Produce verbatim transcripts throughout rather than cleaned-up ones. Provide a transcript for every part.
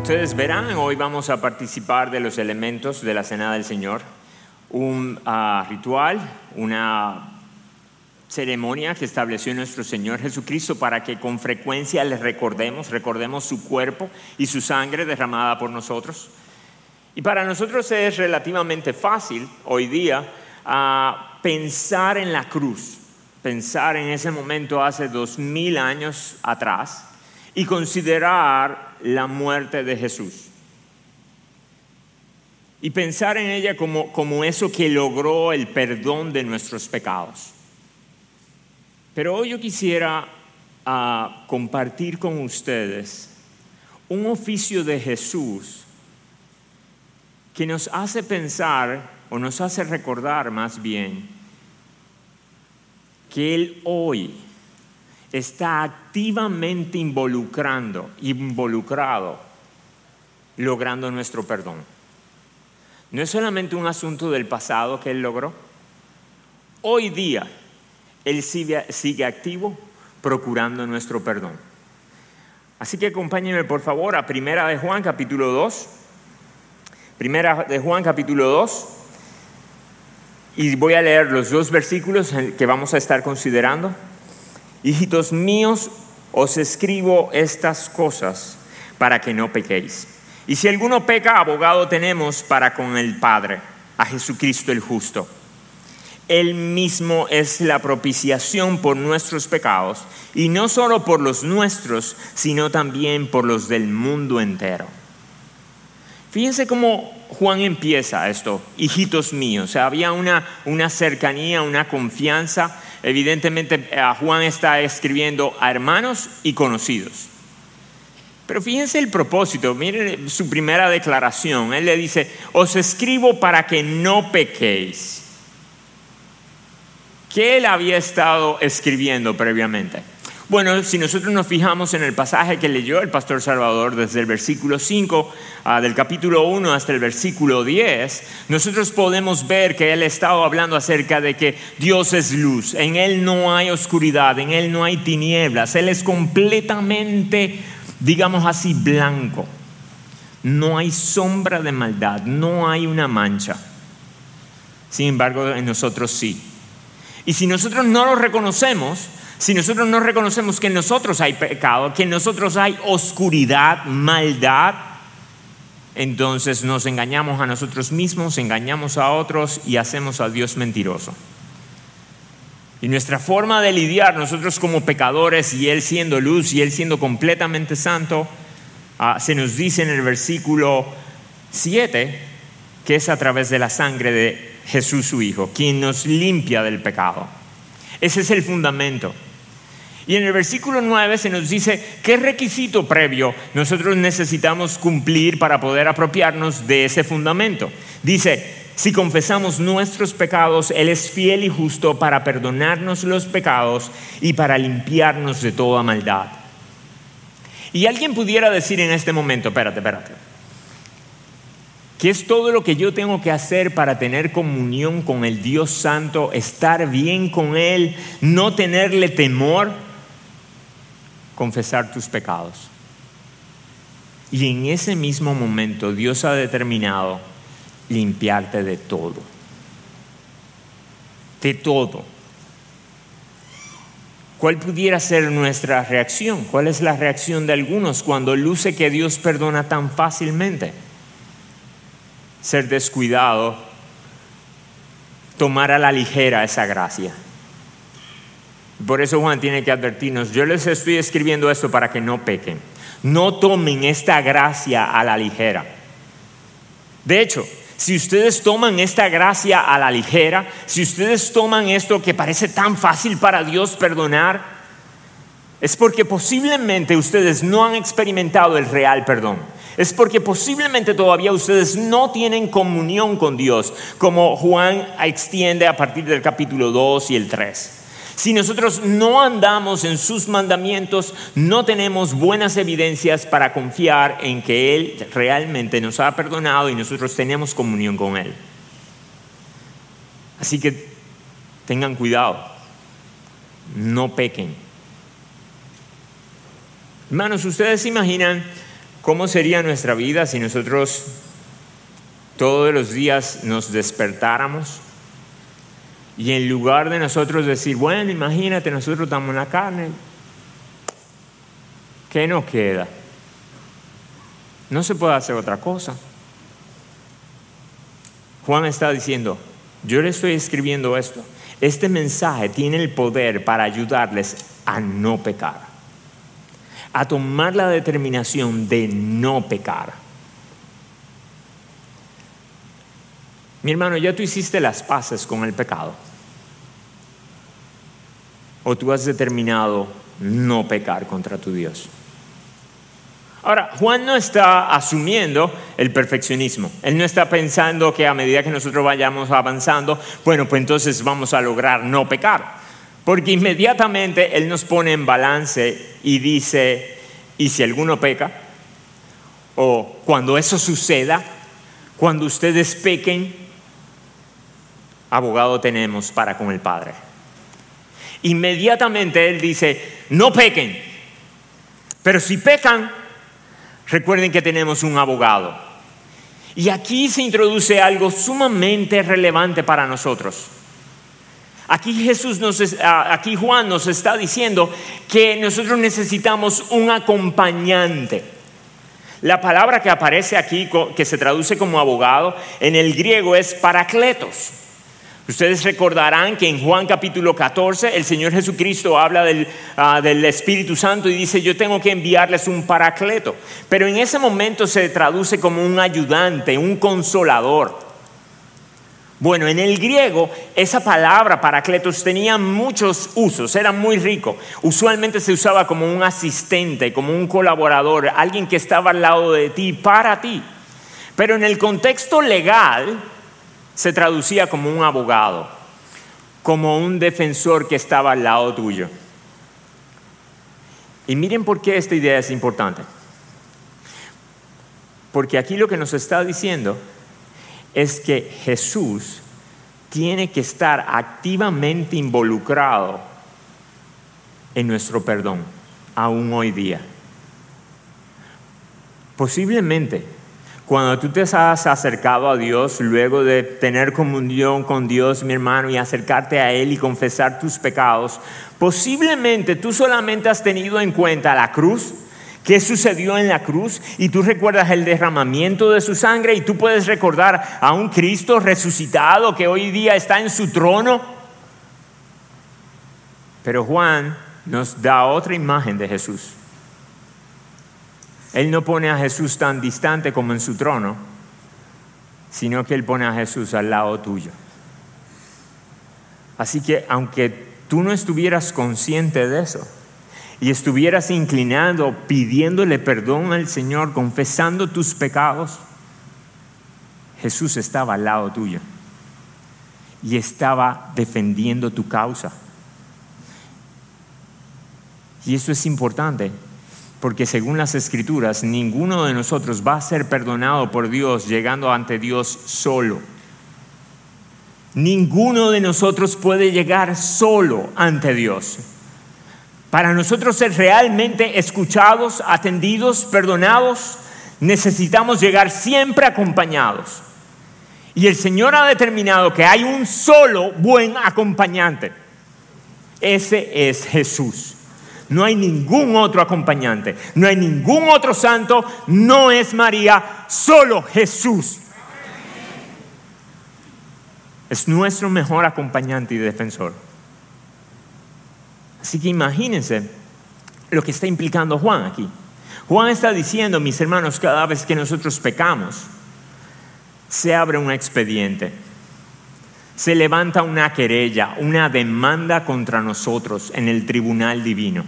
ustedes verán, hoy vamos a participar de los elementos de la Cena del Señor. Un uh, ritual, una ceremonia que estableció nuestro Señor Jesucristo para que con frecuencia le recordemos, recordemos su cuerpo y su sangre derramada por nosotros. Y para nosotros es relativamente fácil hoy día uh, pensar en la cruz, pensar en ese momento hace dos mil años atrás y considerar la muerte de Jesús. Y pensar en ella como, como eso que logró el perdón de nuestros pecados. Pero hoy yo quisiera uh, compartir con ustedes un oficio de Jesús que nos hace pensar, o nos hace recordar más bien, que Él hoy está activamente involucrando, involucrado, logrando nuestro perdón. No es solamente un asunto del pasado que Él logró. Hoy día, Él sigue, sigue activo, procurando nuestro perdón. Así que acompáñenme por favor a Primera de Juan, capítulo dos. Primera de Juan, capítulo dos. Y voy a leer los dos versículos que vamos a estar considerando. Hijitos míos, os escribo estas cosas para que no pequéis. Y si alguno peca, abogado tenemos para con el Padre, a Jesucristo el justo. Él mismo es la propiciación por nuestros pecados, y no solo por los nuestros, sino también por los del mundo entero. Fíjense cómo Juan empieza esto, hijitos míos. O sea, había una, una cercanía, una confianza. Evidentemente, Juan está escribiendo a hermanos y conocidos. Pero fíjense el propósito, miren su primera declaración. Él le dice, os escribo para que no pequéis. ¿Qué él había estado escribiendo previamente? Bueno, si nosotros nos fijamos en el pasaje que leyó el pastor Salvador desde el versículo cinco uh, del capítulo uno hasta el versículo diez, nosotros podemos ver que él ha estado hablando acerca de que Dios es luz, en Él no hay oscuridad, en Él no hay tinieblas, Él es completamente, digamos así, blanco. No hay sombra de maldad, no hay una mancha. Sin embargo, en nosotros sí. Y si nosotros no lo reconocemos, si nosotros no reconocemos que en nosotros hay pecado, que en nosotros hay oscuridad, maldad, entonces nos engañamos a nosotros mismos, engañamos a otros y hacemos a Dios mentiroso. Y nuestra forma de lidiar, nosotros como pecadores y Él siendo luz y Él siendo completamente santo, uh, se nos dice en el versículo siete que es a través de la sangre de Jesús su Hijo, quien nos limpia del pecado. Ese es el fundamento. Y en el versículo nueve se nos dice qué requisito previo nosotros necesitamos cumplir para poder apropiarnos de ese fundamento. Dice, si confesamos nuestros pecados, Él es fiel y justo para perdonarnos los pecados y para limpiarnos de toda maldad. Y alguien pudiera decir en este momento, espérate, espérate, ¿qué es todo lo que yo tengo que hacer para tener comunión con el Dios Santo, estar bien con Él, no tenerle temor? Confesar tus pecados. Y en ese mismo momento Dios ha determinado limpiarte de todo. De todo. ¿Cuál pudiera ser nuestra reacción? ¿Cuál es la reacción de algunos cuando luce que Dios perdona tan fácilmente? Ser descuidado, tomar a la ligera esa gracia. Por eso Juan tiene que advertirnos, yo les estoy escribiendo esto para que no pequen. No tomen esta gracia a la ligera. De hecho, si ustedes toman esta gracia a la ligera, si ustedes toman esto que parece tan fácil para Dios perdonar, es porque posiblemente ustedes no han experimentado el real perdón. Es porque posiblemente todavía ustedes no tienen comunión con Dios, como Juan extiende a partir del capítulo dos y el tres. Si nosotros no andamos en sus mandamientos, no tenemos buenas evidencias para confiar en que Él realmente nos ha perdonado y nosotros tenemos comunión con Él. Así que tengan cuidado, no pequen. Hermanos, ustedes se imaginan ¿Cómo sería nuestra vida si nosotros todos los días nos despertáramos y en lugar de nosotros decir, bueno, imagínate, nosotros damos la carne, ¿qué nos queda? No se puede hacer otra cosa. Juan está diciendo, yo le estoy escribiendo esto. Este mensaje tiene el poder para ayudarles a no pecar, a tomar la determinación de no pecar. Mi hermano, ¿ya tú hiciste las paces con el pecado? ¿O tú has determinado no pecar contra tu Dios? Ahora, Juan no está asumiendo el perfeccionismo. Él no está pensando que a medida que nosotros vayamos avanzando, bueno, pues entonces vamos a lograr no pecar. Porque inmediatamente Él nos pone en balance y dice, ¿y si alguno peca? O cuando eso suceda, cuando ustedes pequen, abogado tenemos para con el Padre. Inmediatamente Él dice, no pequen, pero si pecan, recuerden que tenemos un abogado. Y aquí se introduce algo sumamente relevante para nosotros. Aquí Jesús nos, aquí Juan nos está diciendo que nosotros necesitamos un acompañante. La palabra que aparece aquí, que se traduce como abogado, en el griego es parakletos. Ustedes recordarán que en Juan capítulo catorce el Señor Jesucristo habla del, uh, del Espíritu Santo y dice, yo tengo que enviarles un paracleto. Pero en ese momento se traduce como un ayudante, un consolador. Bueno, en el griego esa palabra paracletos tenía muchos usos, era muy rico. Usualmente se usaba como un asistente, como un colaborador, alguien que estaba al lado de ti, para ti. Pero en el contexto legal se traducía como un abogado, como un defensor que estaba al lado tuyo. Y miren por qué esta idea es importante. Porque aquí lo que nos está diciendo es que Jesús tiene que estar activamente involucrado en nuestro perdón, aún hoy día. Posiblemente, cuando tú te has acercado a Dios, luego de tener comunión con Dios, mi hermano, y acercarte a Él y confesar tus pecados, posiblemente tú solamente has tenido en cuenta la cruz, qué sucedió en la cruz, y tú recuerdas el derramamiento de su sangre, y tú puedes recordar a un Cristo resucitado que hoy día está en su trono. Pero Juan nos da otra imagen de Jesús. Él no pone a Jesús tan distante como en su trono, sino que Él pone a Jesús al lado tuyo. Así que aunque tú no estuvieras consciente de eso y estuvieras inclinado, pidiéndole perdón al Señor, confesando tus pecados, Jesús estaba al lado tuyo y estaba defendiendo tu causa. Y eso es importante. Porque según las Escrituras, ninguno de nosotros va a ser perdonado por Dios llegando ante Dios solo. Ninguno de nosotros puede llegar solo ante Dios. Para nosotros ser realmente escuchados, atendidos, perdonados, necesitamos llegar siempre acompañados. Y el Señor ha determinado que hay un solo buen acompañante. Ese es Jesús. No hay ningún otro acompañante, no hay ningún otro santo, no es María, solo Jesús. Es nuestro mejor acompañante y defensor. Así que imagínense lo que está implicando Juan aquí. Juan está diciendo, mis hermanos, cada vez que nosotros pecamos, se abre un expediente. Se levanta una querella, una demanda contra nosotros en el tribunal divino.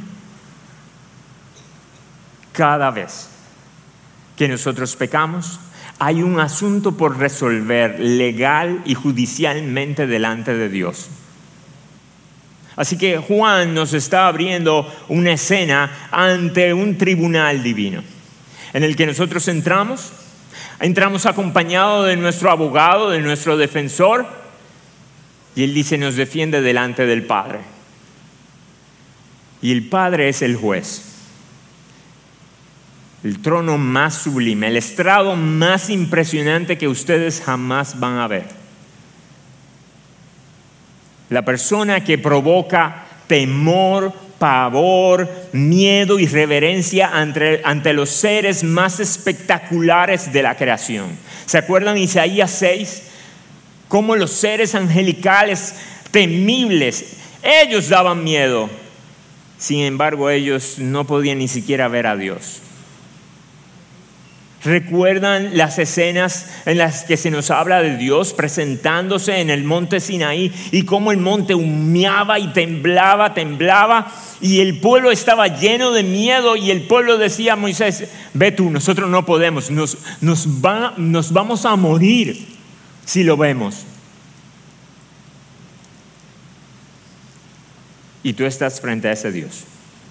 Cada vez que nosotros pecamos, hay un asunto por resolver legal y judicialmente delante de Dios. Así que Juan nos está abriendo una escena ante un tribunal divino, en el que nosotros entramos, entramos acompañados de nuestro abogado, de nuestro defensor, y él dice, nos defiende delante del Padre. Y el Padre es el juez. el trono más sublime, el estrado más impresionante que ustedes jamás van a ver. La persona que provoca temor, pavor, miedo y reverencia ante, ante los seres más espectaculares de la creación. ¿Se acuerdan Isaías seis? Cómo los seres angelicales temibles, ellos daban miedo. Sin embargo, ellos no podían ni siquiera ver a Dios. ¿Recuerdan las escenas en las que se nos habla de Dios presentándose en el monte Sinaí y cómo el monte humeaba y temblaba, temblaba y el pueblo estaba lleno de miedo y el pueblo decía a Moisés, ve tú, nosotros no podemos, nos, nos, va, nos vamos a morir si lo vemos? Y tú estás frente a ese Dios.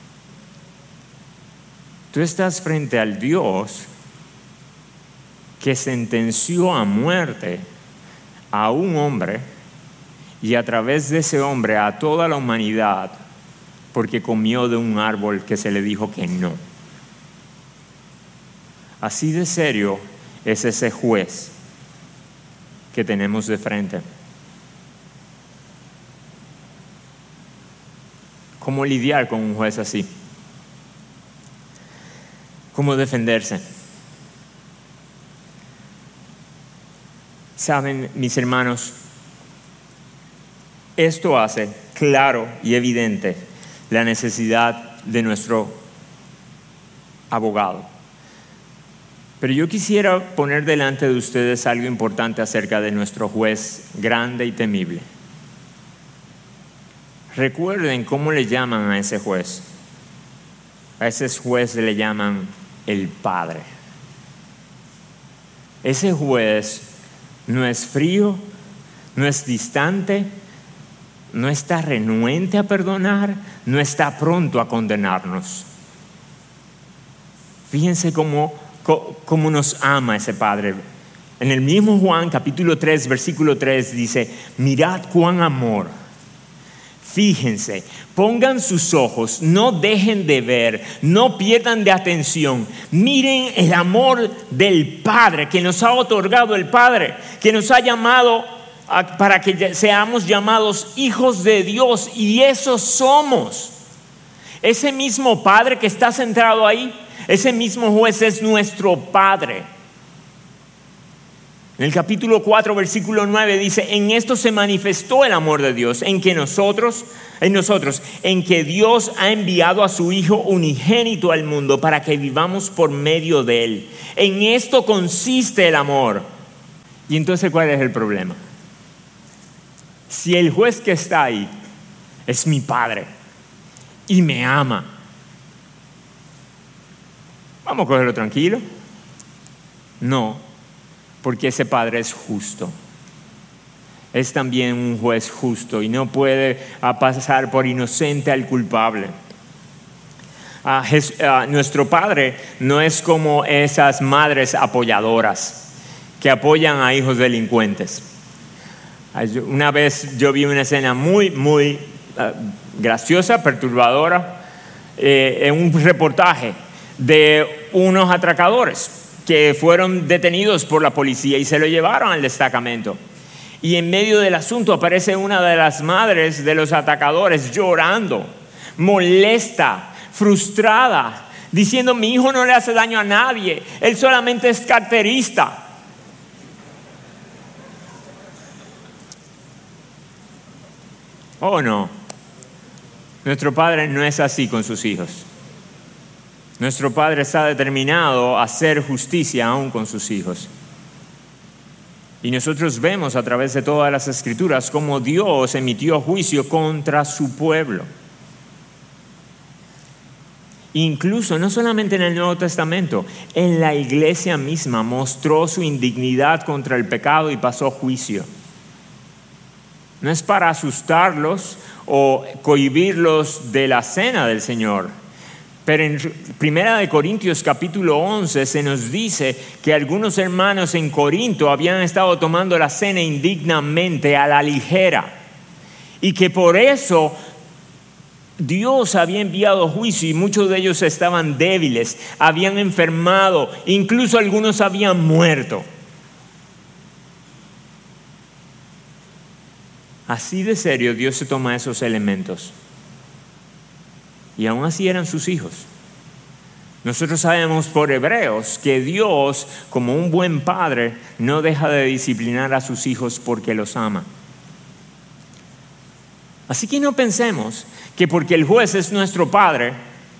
Tú estás frente al Dios que sentenció a muerte a un hombre y a través de ese hombre a toda la humanidad porque comió de un árbol que se le dijo que no. Así de serio es ese juez que tenemos de frente. ¿Cómo lidiar con un juez así? ¿Cómo defenderse? Saben, mis hermanos, esto hace claro y evidente la necesidad de nuestro abogado. Pero yo quisiera poner delante de ustedes algo importante acerca de nuestro juez grande y temible. Recuerden cómo le llaman a ese juez. A ese juez le llaman el Padre. Ese juez no es frío, no es distante, no está renuente a perdonar, no está pronto a condenarnos. Fíjense cómo, cómo nos ama ese Padre. En el mismo Juan capítulo tres, versículo tres dice, mirad cuán amor. Fíjense, pongan sus ojos, no dejen de ver, no pierdan de atención. Miren el amor del Padre que nos ha otorgado el Padre, que nos ha llamado a, para que seamos llamados hijos de Dios, y eso somos. Ese mismo Padre que está sentado ahí, ese mismo juez es nuestro Padre. En el capítulo cuatro, versículo nueve dice, en esto se manifestó el amor de Dios, en que nosotros, en nosotros, en que Dios ha enviado a su Hijo unigénito al mundo para que vivamos por medio de Él. En esto consiste el amor. Y entonces, ¿cuál es el problema? Si el juez que está ahí es mi Padre y me ama, ¿vamos a cogerlo tranquilo? No. Porque ese Padre es justo. Es también un juez justo y no puede pasar por inocente al culpable. Uh, Jes- uh, nuestro Padre no es como esas madres apoyadoras que apoyan a hijos delincuentes. Uh, una vez yo vi una escena muy, muy uh, graciosa, perturbadora, eh, en un reportaje de unos atracadores que fueron detenidos por la policía y se lo llevaron al destacamento. Y en medio del asunto aparece una de las madres de los atacadores llorando, molesta, frustrada, diciendo, mi hijo no le hace daño a nadie, él solamente es carterista. Oh no, nuestro Padre no es así con sus hijos. Nuestro Padre está determinado a hacer justicia aún con sus hijos. Y nosotros vemos a través de todas las Escrituras cómo Dios emitió juicio contra su pueblo. Incluso, no solamente en el Nuevo Testamento, en la iglesia misma mostró su indignidad contra el pecado y pasó juicio. No es para asustarlos o cohibirlos de la cena del Señor. Pero en Primera de Corintios capítulo once se nos dice que algunos hermanos en Corinto habían estado tomando la cena indignamente, a la ligera, y que por eso Dios había enviado juicio y muchos de ellos estaban débiles, habían enfermado, incluso algunos habían muerto. Así de serio Dios se toma esos elementos. Y aún así eran sus hijos. Nosotros sabemos por Hebreos que Dios, como un buen padre, no deja de disciplinar a sus hijos porque los ama. Así que no pensemos que porque el juez es nuestro padre,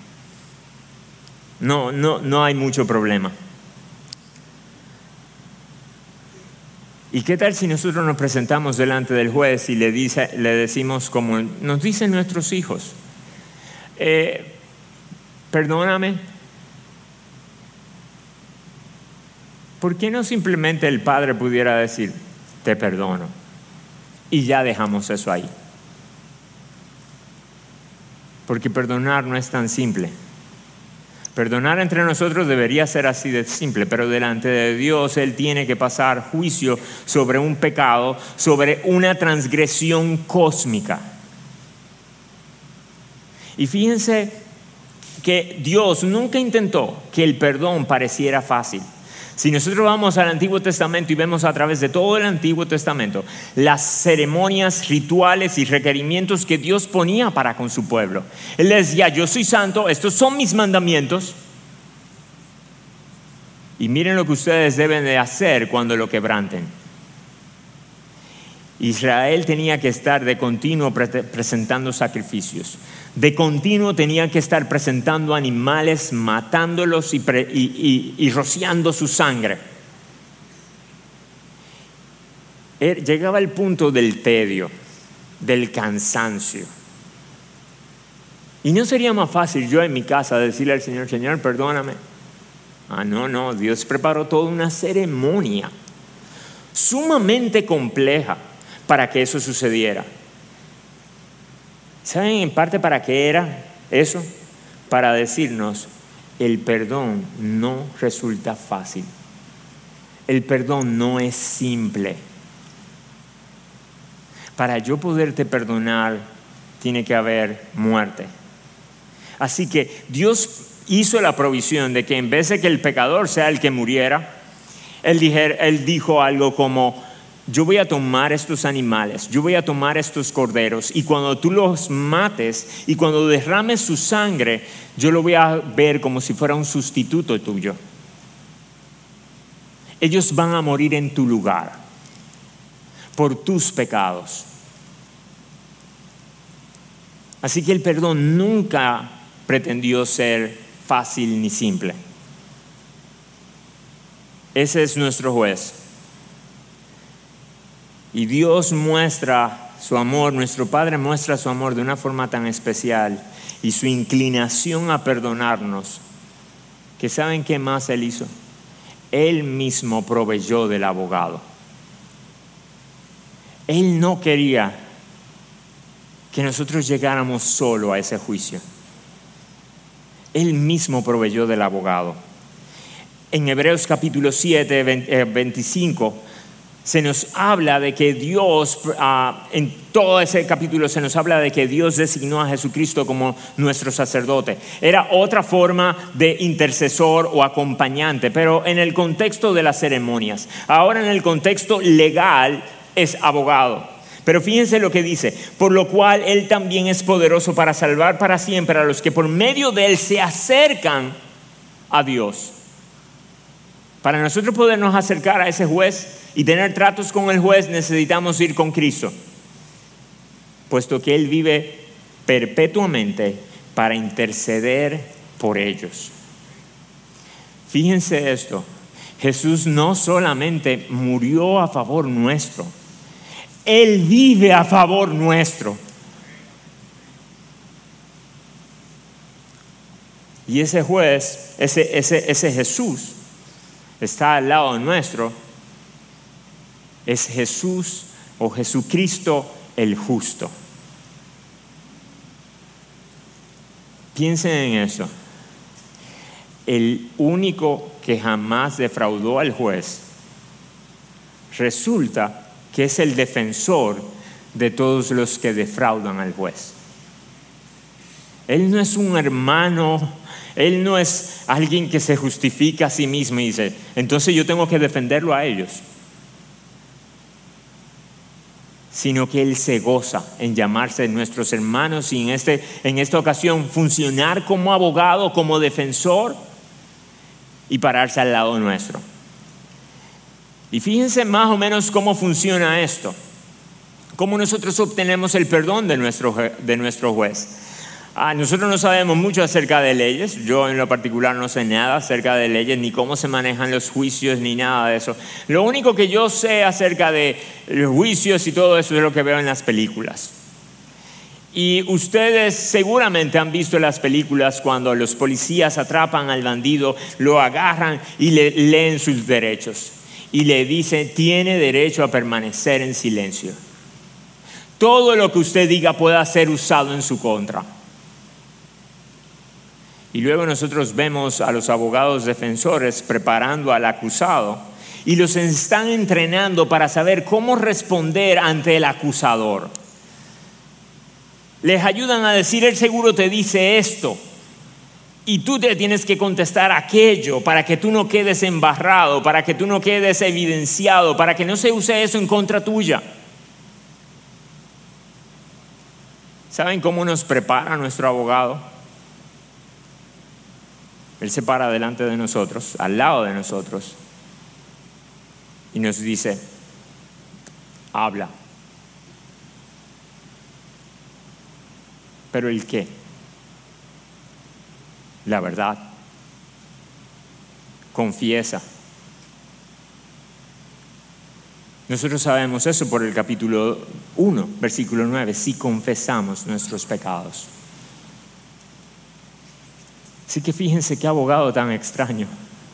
no, no, no hay mucho problema. ¿Y qué tal si nosotros nos presentamos delante del juez y le, dice, le decimos como nos dicen nuestros hijos? Eh, perdóname, ¿por qué no simplemente el padre pudiera decir, te perdono? Y ya dejamos eso ahí. Porque perdonar no es tan simple. Perdonar entre nosotros debería ser así de simple, pero delante de Dios Él tiene que pasar juicio sobre un pecado, sobre una transgresión cósmica. Y fíjense que Dios nunca intentó que el perdón pareciera fácil. Si nosotros vamos al Antiguo Testamento y vemos a través de todo el Antiguo Testamento las ceremonias, rituales y requerimientos que Dios ponía para con su pueblo. Él les decía, yo soy santo, estos son mis mandamientos. Y miren lo que ustedes deben de hacer cuando lo quebranten. Israel tenía que estar de continuo pre- presentando sacrificios. De continuo tenía que estar presentando animales, matándolos y, pre- y, y, y rociando su sangre. Er, llegaba el punto del tedio, del cansancio. Y no sería más fácil yo en mi casa decirle al Señor, Señor, perdóname. Ah, no, no, Dios preparó toda una ceremonia sumamente compleja para que eso sucediera. ¿Saben en parte para qué era eso? Para decirnos, el perdón no resulta fácil. El perdón no es simple. Para yo poderte perdonar, tiene que haber muerte. Así que Dios hizo la provisión de que en vez de que el pecador sea el que muriera, Él, dijer, él dijo algo como, yo voy a tomar estos animales, yo voy a tomar estos corderos y cuando tú los mates y cuando derrames su sangre, yo lo voy a ver como si fuera un sustituto tuyo. Ellos van a morir en tu lugar por tus pecados. Así que el perdón nunca pretendió ser fácil ni simple. Ese es nuestro juez. Y Dios muestra su amor, nuestro Padre muestra su amor de una forma tan especial y su inclinación a perdonarnos, que ¿saben qué más Él hizo? Él mismo proveyó del abogado. Él no quería que nosotros llegáramos solo a ese juicio. Él mismo proveyó del abogado. En Hebreos capítulo siete, veinticinco, se nos habla de que Dios, uh, en todo ese capítulo se nos habla de que Dios designó a Jesucristo como nuestro sacerdote. Era otra forma de intercesor o acompañante, pero en el contexto de las ceremonias. Ahora en el contexto legal es abogado. Pero fíjense lo que dice, por lo cual Él también es poderoso para salvar para siempre a los que por medio de Él se acercan a Dios. Para nosotros podernos acercar a ese juez y tener tratos con el juez, necesitamos ir con Cristo, puesto que Él vive perpetuamente para interceder por ellos. Fíjense esto, Jesús no solamente murió a favor nuestro, Él vive a favor nuestro. Y ese juez, ese, ese, ese Jesús, está al lado nuestro. Es Jesús o Jesucristo el justo. Piensen en eso. El único que jamás defraudó al juez resulta que es el defensor de todos los que defraudan al juez. Él no es un hermano, Él no es alguien que se justifica a sí mismo y dice, entonces yo tengo que defenderlo a ellos. Sino que Él se goza en llamarse nuestros hermanos y en, este, en esta ocasión funcionar como abogado, como defensor y pararse al lado nuestro. Y fíjense más o menos cómo funciona esto, cómo nosotros obtenemos el perdón de nuestro, de nuestro juez. Ah, nosotros no sabemos mucho acerca de leyes. Yo en lo particular no sé nada acerca de leyes, ni cómo se manejan los juicios, ni nada de eso. Lo único que yo sé acerca de los juicios y todo eso es lo que veo en las películas. Y ustedes seguramente han visto las películas cuando los policías atrapan al bandido, lo agarran y le leen sus derechos. Y le dicen, tiene derecho a permanecer en silencio. Todo lo que usted diga pueda ser usado en su contra. Y luego nosotros vemos a los abogados defensores preparando al acusado y los están entrenando para saber cómo responder ante el acusador. Les ayudan a decir, él seguro te dice esto y tú te tienes que contestar aquello para que tú no quedes embarrado, para que tú no quedes evidenciado, para que no se use eso en contra tuya. ¿Saben cómo nos prepara nuestro abogado? Él se para delante de nosotros, al lado de nosotros, y nos dice, habla. ¿Pero el qué? La verdad. Confiesa. Nosotros sabemos eso por el capítulo uno, versículo nueve, si confesamos nuestros pecados. Así que fíjense qué abogado tan extraño.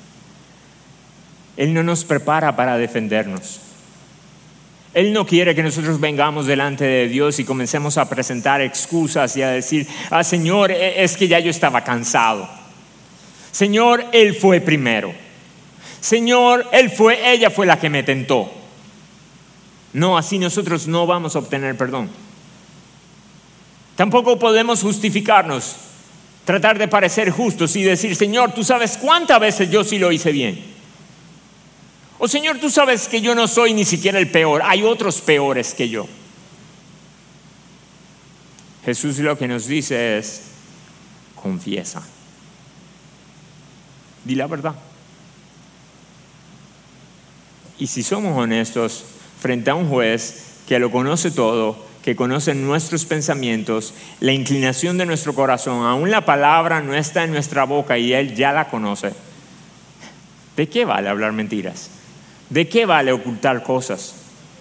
Él no nos prepara para defendernos. Él no quiere que nosotros vengamos delante de Dios y comencemos a presentar excusas y a decir, ah, Señor, es que ya yo estaba cansado. Señor, Él fue primero. Señor, Él fue, ella fue la que me tentó. No, así nosotros no vamos a obtener perdón. Tampoco podemos justificarnos. Tratar de parecer justos y decir, Señor, tú sabes cuántas veces yo sí lo hice bien. O Señor, tú sabes que yo no soy ni siquiera el peor, hay otros peores que yo. Jesús lo que nos dice es, confiesa. Di la verdad. Y si somos honestos frente a un juez que lo conoce todo, que conoce nuestros pensamientos, la inclinación de nuestro corazón, aún la palabra no está en nuestra boca y Él ya la conoce. ¿De qué vale hablar mentiras? ¿De qué vale ocultar cosas?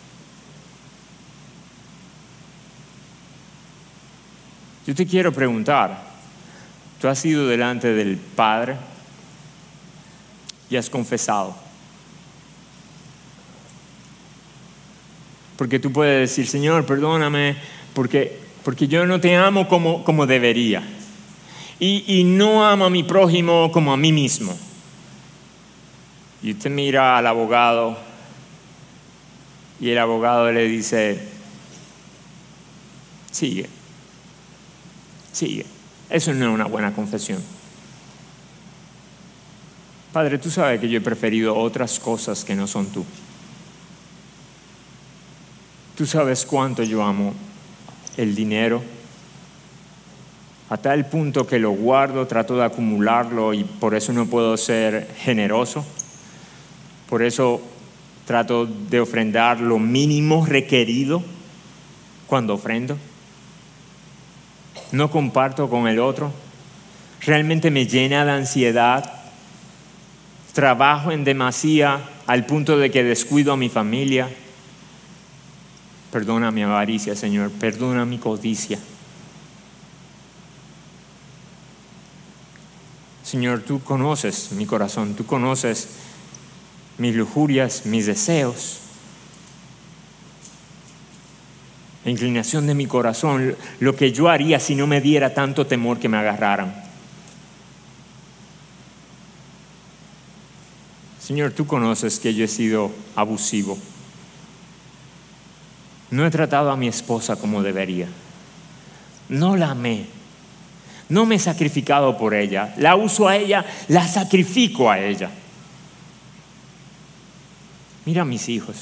Yo te quiero preguntar, ¿tú has ido delante del Padre y has confesado? Porque tú puedes decir, Señor, perdóname, porque, porque yo no te amo como, como debería. Y, y no amo a mi prójimo como a mí mismo. Y usted mira al abogado y el abogado le dice, sigue, sigue. Eso no es una buena confesión. Padre, tú sabes que yo he preferido otras cosas que no son tú. Tú sabes cuánto yo amo el dinero, a tal punto que lo guardo, trato de acumularlo y por eso no puedo ser generoso. Por eso trato de ofrendar lo mínimo requerido cuando ofrendo. No comparto con el otro. Realmente me llena de ansiedad. Trabajo en demasía al punto de que descuido a mi familia. Perdona mi avaricia, Señor. Perdona mi codicia. Señor, tú conoces mi corazón. Tú conoces mis lujurias, mis deseos. La inclinación de mi corazón. Lo que yo haría si no me diera tanto temor que me agarraran. Señor, tú conoces que yo he sido abusivo. No he tratado a mi esposa como debería. No la amé. No me he sacrificado por ella. La uso a ella, la sacrifico a ella. Mira a mis hijos.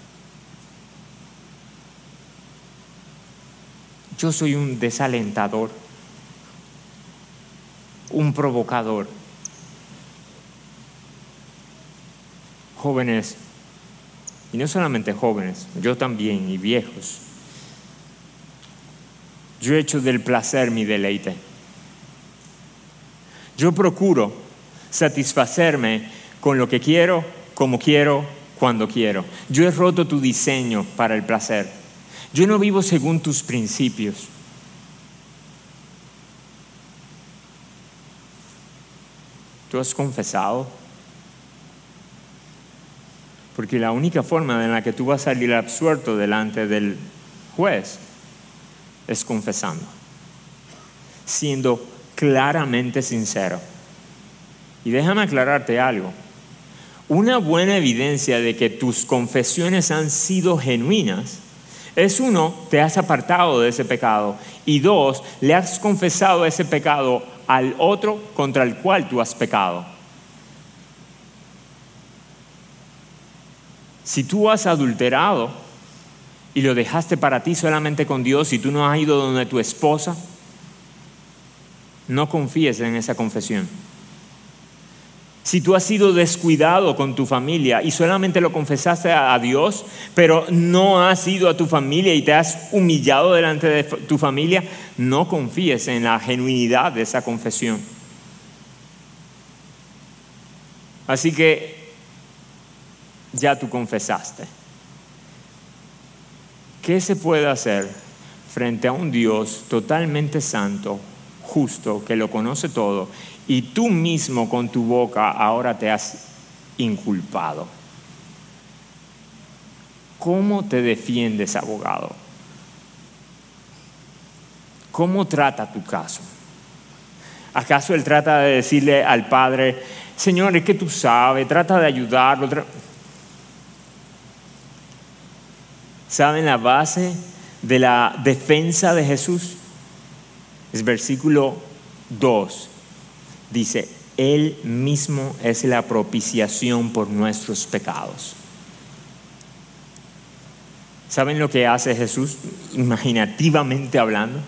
Yo soy un desalentador, un provocador. Jóvenes, y no solamente jóvenes, yo también, y viejos. Yo he hecho del placer mi deleite. Yo procuro satisfacerme con lo que quiero, como quiero, cuando quiero. Yo he roto tu diseño para el placer. Yo no vivo según tus principios. ¿Tú has confesado? Porque la única forma en la que tú vas a salir absuelto delante del juez es confesando, siendo claramente sincero. Y déjame aclararte algo. Una buena evidencia de que tus confesiones han sido genuinas es, uno, te has apartado de ese pecado, y dos, le has confesado ese pecado al otro contra el cual tú has pecado. Si tú has adulterado y lo dejaste para ti solamente con Dios y tú no has ido donde tu esposa, no confíes en esa confesión. Si tú has sido descuidado con tu familia y solamente lo confesaste a Dios, pero no has ido a tu familia y te has humillado delante de tu familia, no confíes en la genuinidad de esa confesión. Así que ya tú confesaste. ¿Qué se puede hacer frente a un Dios totalmente santo, justo, que lo conoce todo, y tú mismo con tu boca ahora te has inculpado? ¿Cómo te defiendes, abogado? ¿Cómo trata tu caso? ¿Acaso él trata de decirle al padre, Señor, es que tú sabes, trata de ayudarlo? Tra- ¿Saben la base de la defensa de Jesús? Es versículo dos. Dice, Él mismo es la propiciación por nuestros pecados. ¿Saben lo que hace Jesús, imaginativamente hablando?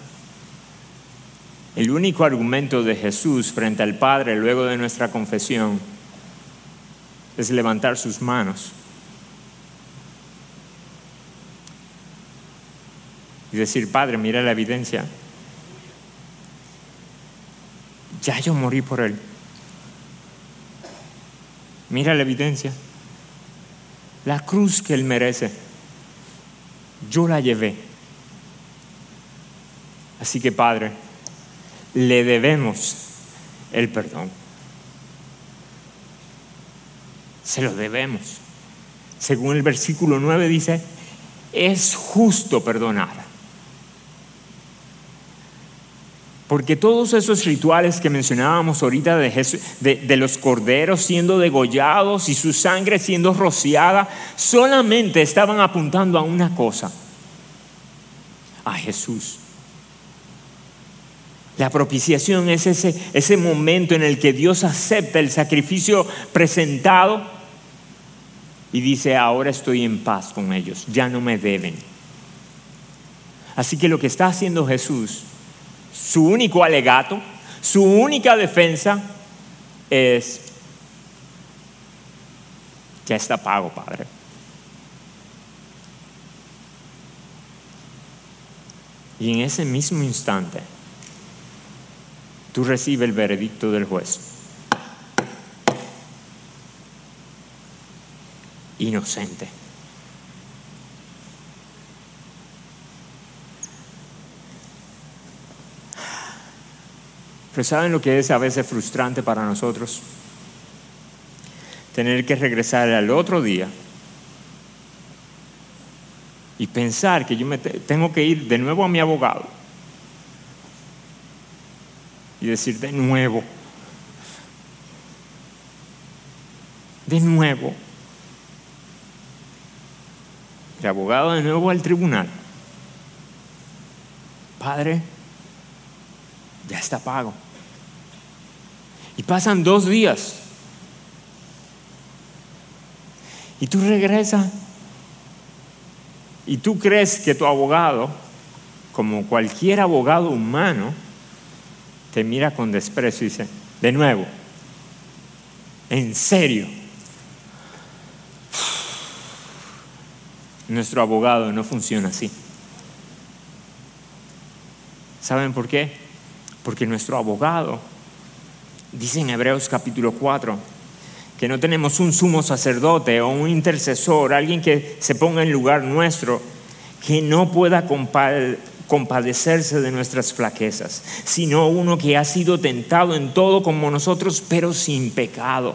El único argumento de Jesús frente al Padre luego de nuestra confesión es levantar sus manos y decir, Padre, mira la evidencia. Ya yo morí por Él. Mira la evidencia. La cruz que Él merece, yo la llevé. Así que, Padre, le debemos el perdón. Se lo debemos. Según el versículo nueve dice, es justo perdonar. Porque todos esos rituales que mencionábamos ahorita de, Jesús, de, de los corderos siendo degollados y su sangre siendo rociada, solamente estaban apuntando a una cosa, a Jesús. La propiciación es ese, ese momento en el que Dios acepta el sacrificio presentado y dice, ahora estoy en paz con ellos, ya no me deben. Así que lo que está haciendo Jesús, su único alegato, su única defensa es, ya está pago, Padre. Y en ese mismo instante, tú recibes el veredicto del juez. Inocente. Pero ¿saben lo que es a veces frustrante para nosotros? Tener que regresar al otro día y pensar que yo me te- tengo que ir de nuevo a mi abogado y decir de nuevo, de nuevo, el abogado de nuevo al tribunal. Padre, ya está pago. Y pasan dos días. Y tú regresas. Y tú crees que tu abogado, como cualquier abogado humano, te mira con desprecio y dice, de nuevo, en serio. Nuestro abogado no funciona así. ¿Saben por qué? Porque nuestro abogado, dice en Hebreos capítulo cuatro, que no tenemos un sumo sacerdote o un intercesor, alguien que se ponga en lugar nuestro, que no pueda compadecerse de nuestras flaquezas, sino uno que ha sido tentado en todo como nosotros, pero sin pecado.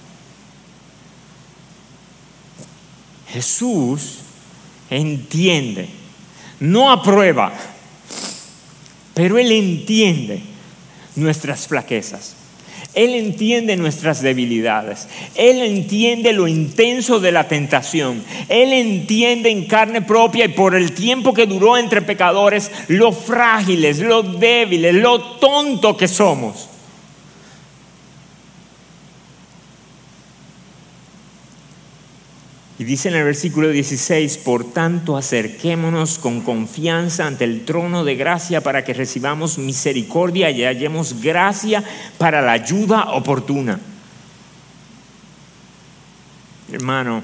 Jesús entiende, no aprueba, pero Él entiende nuestras flaquezas. Él entiende nuestras debilidades. Él entiende lo intenso de la tentación. Él entiende en carne propia y por el tiempo que duró entre pecadores lo frágiles, lo débiles, lo tonto que somos. Y dice en el versículo dieciséis, por tanto acerquémonos con confianza ante el trono de gracia para que recibamos misericordia y hallemos gracia para la ayuda oportuna. Hermano,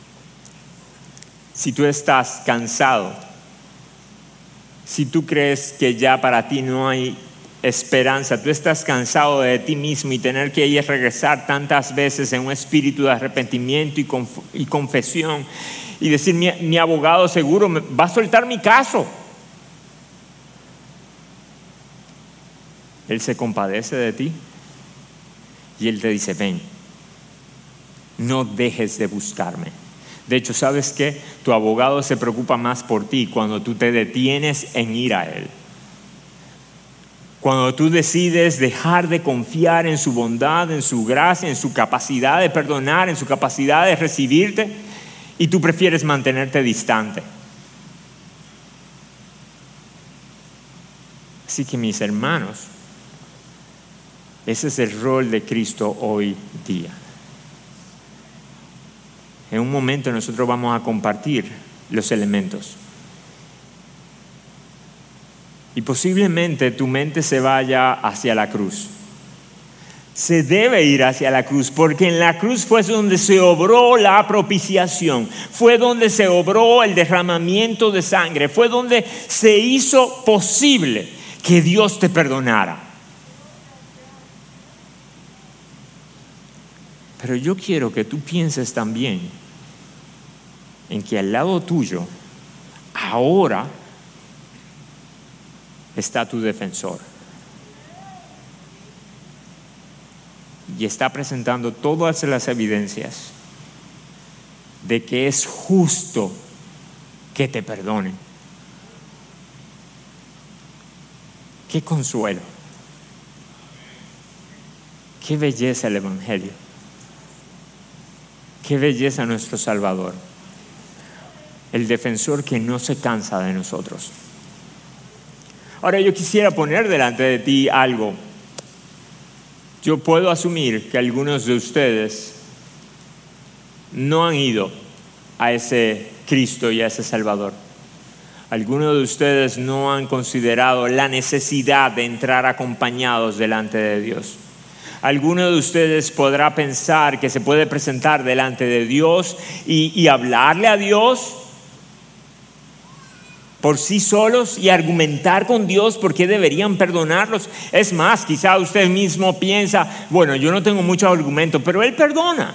si tú estás cansado, si tú crees que ya para ti no hay esperanza, tú estás cansado de ti mismo y tener que ir a regresar tantas veces en un espíritu de arrepentimiento y, conf- y confesión y decir, mi, mi abogado seguro me va a soltar mi caso. Él se compadece de ti y Él te dice, ven, no dejes de buscarme. De hecho, ¿sabes qué? Tu abogado se preocupa más por ti cuando tú te detienes en ir a Él. Cuando tú decides dejar de confiar en su bondad, en su gracia, en su capacidad de perdonar, en su capacidad de recibirte, y tú prefieres mantenerte distante. Así que mis hermanos, ese es el rol de Cristo hoy día. En un momento nosotros vamos a compartir los elementos. Y posiblemente tu mente se vaya hacia la cruz. Se debe ir hacia la cruz, porque en la cruz fue donde se obró la propiciación, fue donde se obró el derramamiento de sangre, fue donde se hizo posible que Dios te perdonara. Pero yo quiero que tú pienses también en que al lado tuyo, ahora, está tu defensor. Y está presentando todas las evidencias de que es justo que te perdonen. Qué consuelo. Qué belleza el Evangelio. Qué belleza nuestro Salvador. El defensor que no se cansa de nosotros. Ahora yo quisiera poner delante de ti algo. Yo puedo asumir que algunos de ustedes no han ido a ese Cristo y a ese Salvador. Algunos de ustedes no han considerado la necesidad de entrar acompañados delante de Dios. Alguno de ustedes podrá pensar que se puede presentar delante de Dios y, y hablarle a Dios por sí solos y argumentar con Dios por qué deberían perdonarlos. Es más, quizá usted mismo piensa, bueno, yo no tengo mucho argumento, pero Él perdona.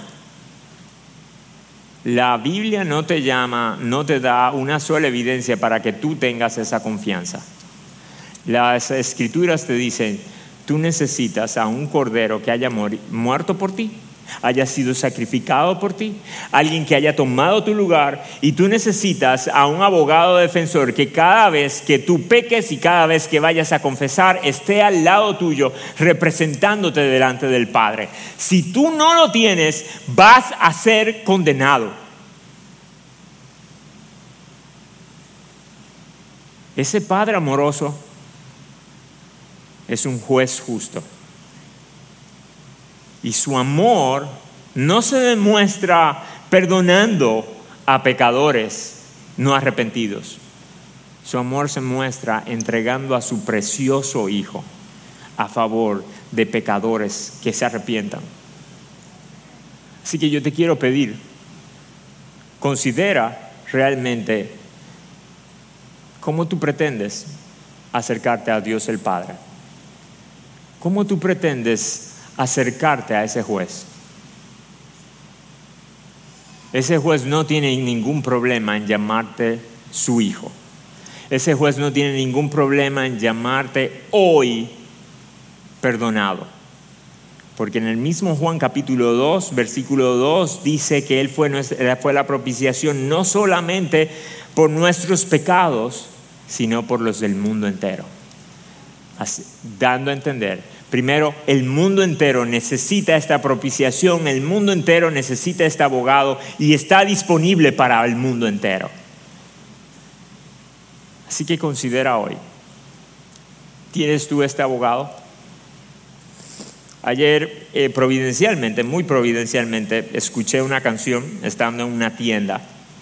La Biblia no te llama, no te da una sola evidencia para que tú tengas esa confianza. Las Escrituras te dicen, tú necesitas a un cordero que haya muerto por ti, haya sido sacrificado por ti, alguien que haya tomado tu lugar, y tú necesitas a un abogado defensor que cada vez que tú peques y cada vez que vayas a confesar esté al lado tuyo representándote delante del Padre. Si tú no lo tienes, vas a ser condenado. Ese Padre amoroso es un juez justo. Y su amor no se demuestra perdonando a pecadores no arrepentidos. Su amor se muestra entregando a su precioso Hijo a favor de pecadores que se arrepientan. Así que yo te quiero pedir, considera realmente cómo tú pretendes acercarte a Dios el Padre. ¿Cómo tú pretendes acercarte a ese juez? Ese juez no tiene ningún problema en llamarte su hijo. Ese juez no tiene ningún problema en llamarte hoy perdonado. Porque en el mismo Juan capítulo dos, versículo dos, dice que Él fue, nuestra, fue la propiciación no solamente por nuestros pecados, sino por los del mundo entero. Así, dando a entender, primero, el mundo entero necesita esta propiciación, el mundo entero necesita este abogado y está disponible para el mundo entero. Así que considera hoy, ¿tienes tú este abogado? Ayer, eh, providencialmente, muy providencialmente, escuché una canción estando en una tienda.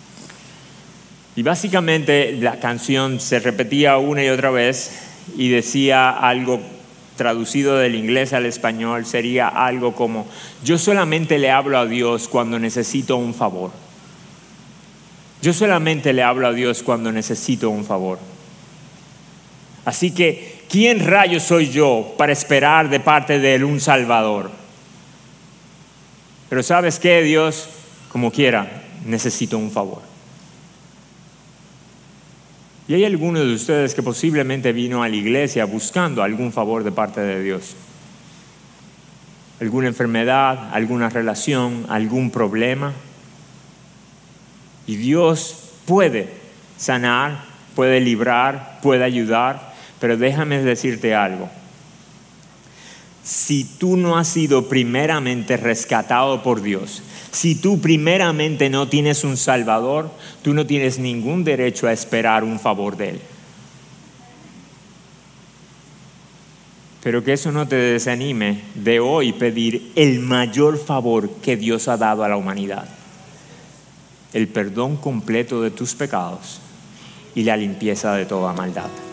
Y básicamente la canción se repetía una y otra vez y decía algo traducido del inglés al español, sería algo como: yo solamente le hablo a Dios cuando necesito un favor. Yo solamente le hablo a Dios cuando necesito un favor. Así que, ¿quién rayos soy yo para esperar de parte de Él un Salvador? Pero ¿sabes qué, Dios? Como quiera, necesito un favor. Y hay alguno de ustedes que posiblemente vino a la iglesia buscando algún favor de parte de Dios. Alguna enfermedad, alguna relación, algún problema. Y Dios puede sanar, puede librar, puede ayudar, pero déjame decirte algo. Si tú no has sido primeramente rescatado por Dios, si tú primeramente no tienes un Salvador, tú no tienes ningún derecho a esperar un favor de Él. Pero que eso no te desanime de hoy pedir el mayor favor que Dios ha dado a la humanidad: el perdón completo de tus pecados y la limpieza de toda maldad.